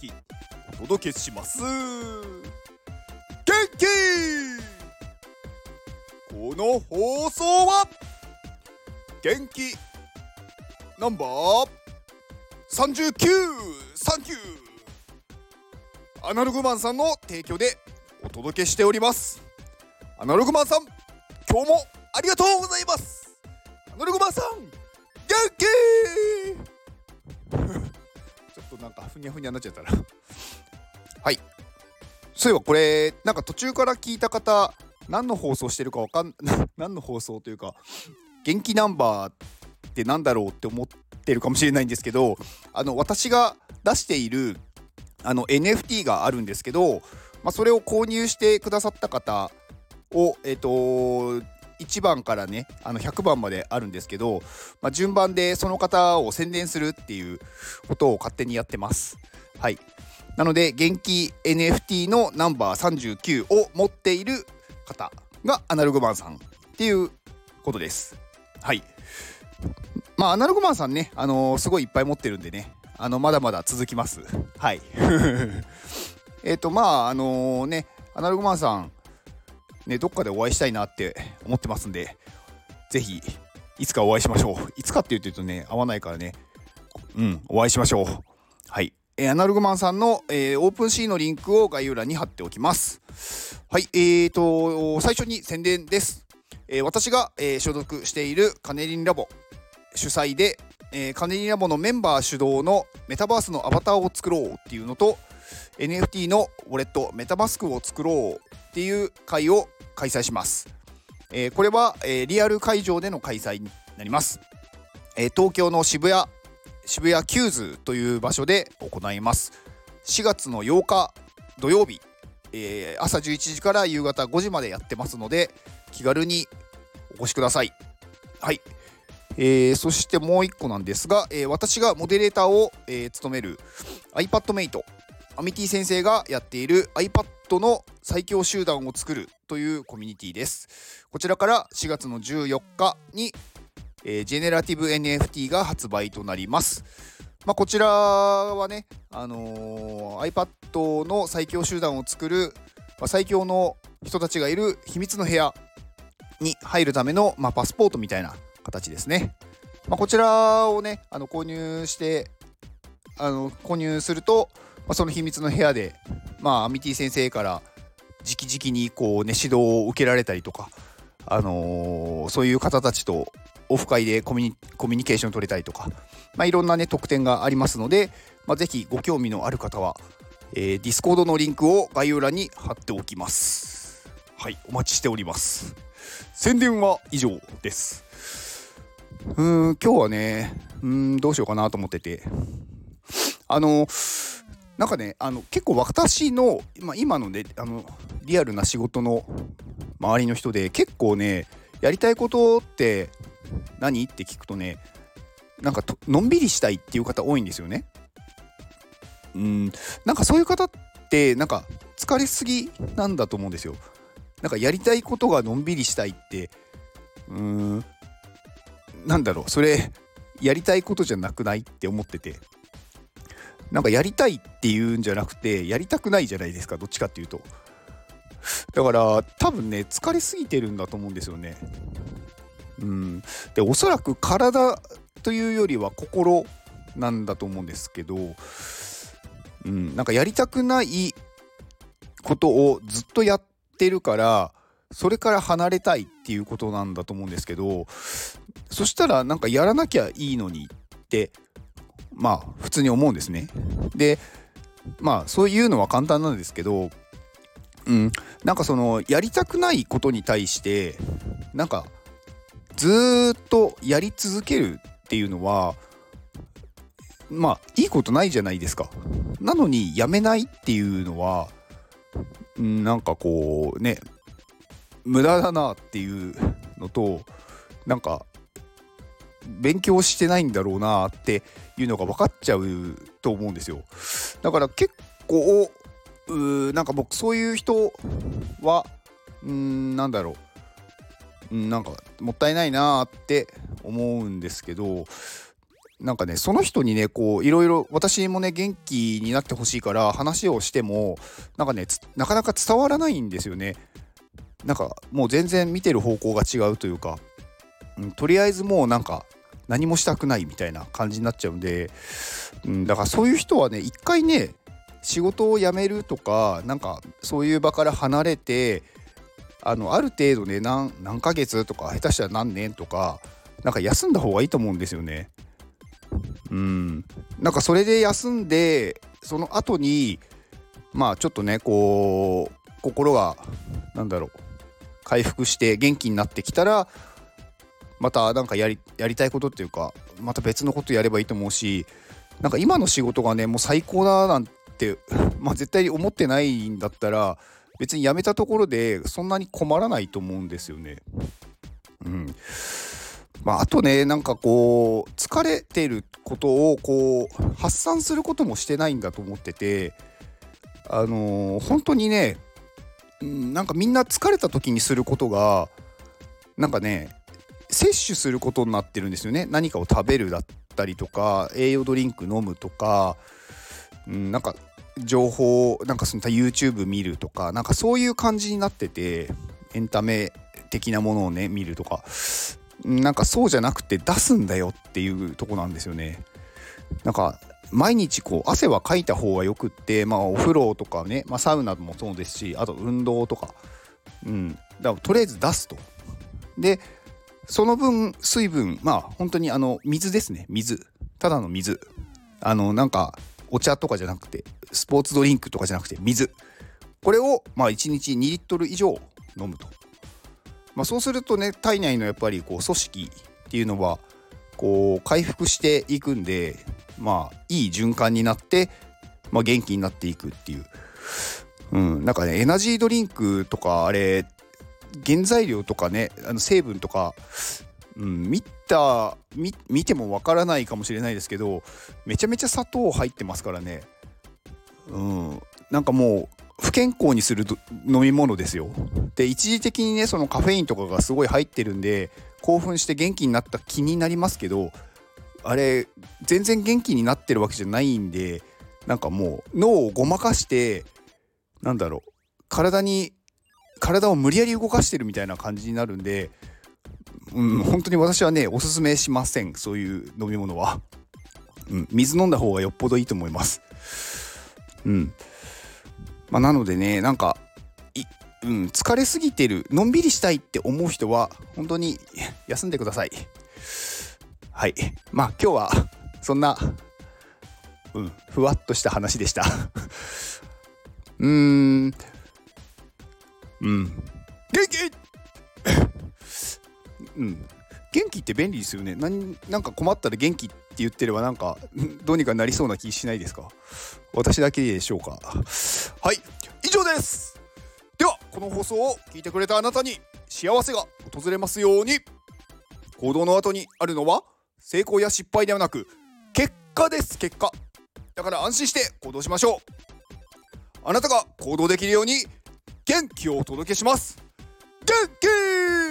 気お届けします。元気。この放送は元気ナンバー39サンキューアナログマンさんの提供でお届けしております。アナログマンさん、今日もありがとうございます。アナログマンさん、元気ちょっとなんかふにゃふにゃになっちゃったなはい、そういえばこれなんか途中から聞いた方、何の放送してるか何の放送というか、元気ナンバーってなんだろうって思ってるかもしれないんですけど、私が出しているNFT があるんですけど、それを購入してくださった方を1番からね100番まであるんですけど、順番でその方を宣伝するっていうことを勝手にやってます。はい、なので元気 NFT のナンバー39を持っている方がアナログマンさんっていうことです。はい、アナログマンさんね、すごいいっぱい持ってるんでね、まだまだ続きます。はいね、アナログマンさんね、どっかでお会いしたいなって思ってますんで、ぜひいつかお会いしましょう。いつかって言ってるとね、会わないからね、お会いしましょう。はい、アナログマンさんの、オープンシーのリンクを概要欄に貼っておきます。はい、最初に宣伝です。私が、所属しているカネリンラボ主催で、カネリンラボのメンバー主導のメタバースのアバターを作ろうっていうのと、 NFT のウォレットメタマスクを作ろうっていう会を開催します。これは、リアル会場での開催になります。東京の渋谷キューズという場所で行います。4月の8日土曜日、朝11時から夕方5時までやってますので、気軽にお越しください。はい、そしてもう一個なんですが、私がモデレーターを、務める iPadMate アミティ先生がやっている iPad の最強集団を作るというコミュニティです。こちらから4月の14日に、ジェネラティブ NFT が発売となります。こちらはね、iPad の最強集団を作る、最強の人たちがいる秘密の部屋に入るための、パスポートみたいな形ですね。こちらをね購入すると、その秘密の部屋で、アミティ先生から直々にこうね指導を受けられたりとか、そういう方たちとオフ会でコミュニケーション取れたりとか、いろんなね特典がありますので、ぜひご興味のある方は、ディスコードのリンクを概要欄に貼っておきます。はい、お待ちしております。宣伝は以上です。今日はねどうしようかなと思ってて、なんかね結構私の、今のねリアルな仕事の周りの人で結構ねやりたいことって何って聞くとね、なんかのんびりしたいっていう方多いんですよね。なんかそういう方ってなんか疲れすぎなんだと思うんですよ。なんかやりたいことがのんびりしたいってなんだろう、それやりたいことじゃなくないって思ってて、なんかやりたいっていうんじゃなくてやりたくないじゃないですか、どっちかっていうと。だから多分ね疲れすぎてるんだと思うんですよね。でおそらく体というよりは心なんだと思うんですけど、なんかやりたくないことをずっとやってるから、それから離れたいっていうことなんだと思うんですけど、そしたらなんかやらなきゃいいのにって普通に思うんですね。でそういうのは簡単なんですけど、なんかそのやりたくないことに対してなんかずっとやり続けるっていうのはいいことないじゃないですか。なのにやめないっていうのはなんかこうね無駄だなっていうのと、なんか勉強してないんだろうなっていうのが分かっちゃうと思うんですよ。だから結構なんか僕そういう人はなんだろう、なんかもったいないなって思うんですけど、 なんかねその人にねこういろいろ私もね元気になってほしいから話をしてもなんかねなかなか伝わらないんですよね。なんかもう全然見てる方向が違うというか、とりあえずもうなんか何もしたくないみたいな感じになっちゃうんで、だからそういう人はね一回ね仕事を辞めるとかなんかそういう場から離れてある程度ね何ヶ月とか下手したら何年とかなんか休んだ方がいいと思うんですよね。なんかそれで休んでその後にまあちょっとねこう心がなんだろう回復して元気になってきたらまたなんかやりたいことっていうかまた別のことやればいいと思うし、なんか今の仕事がねもう最高だなんて絶対に思ってないんだったら別に辞めたところでそんなに困らないと思うんですよね。あとねなんかこう疲れてることをこう発散することもしてないんだと思ってて、本当にね、なんかみんな疲れた時にすることがなんかね摂取することになってるんですよね。何かを食べるだったりとか栄養ドリンク飲むとか、なんか情報なんかその YouTube 見るとかなんかそういう感じになってて、エンタメ的なものをね見るとかなんかそうじゃなくて出すんだよっていうとこなんですよね。なんか毎日こう汗はかいた方がよくって、お風呂とかね、サウナもそうですし、あと運動とか、だからとりあえず出すと。でその分水分本当に水ですね。水、ただの水、なんかお茶とかじゃなくてスポーツドリンクとかじゃなくて水、これを1日2リットル以上飲むと。そうするとね体内のやっぱりこう組織っていうのはこう回復していくんでいい循環になって、元気になっていくっていう、なんかねエナジードリンクとかあれ原材料とかね成分とか、見てもわからないかもしれないですけどめちゃめちゃ砂糖入ってますからね。なんかもう不健康にする飲み物ですよ。で一時的にねそのカフェインとかがすごい入ってるんで興奮して元気になった気になりますけど、あれ全然元気になってるわけじゃないんで、なんかもう脳をごまかしてなんだろう体を無理やり動かしてるみたいな感じになるんで、本当に私はねおすすめしません、そういう飲み物は。水飲んだ方がよっぽどいいと思います。なのでねなんか疲れすぎてるのんびりしたいって思う人は本当に休んでください。はい、今日はそんなふわっとした話でした。元気元気って便利ですよね。なんか困ったら元気って言ってればなんかどうにかなりそうな気しないですか？私だけでしょうか？はい、以上です。ではこの放送を聞いてくれたあなたに幸せが訪れますように。行動の後にあるのは成功や失敗ではなく結果です。結果だから安心して行動しましょう。あなたが行動できるように元気をお届けします。元気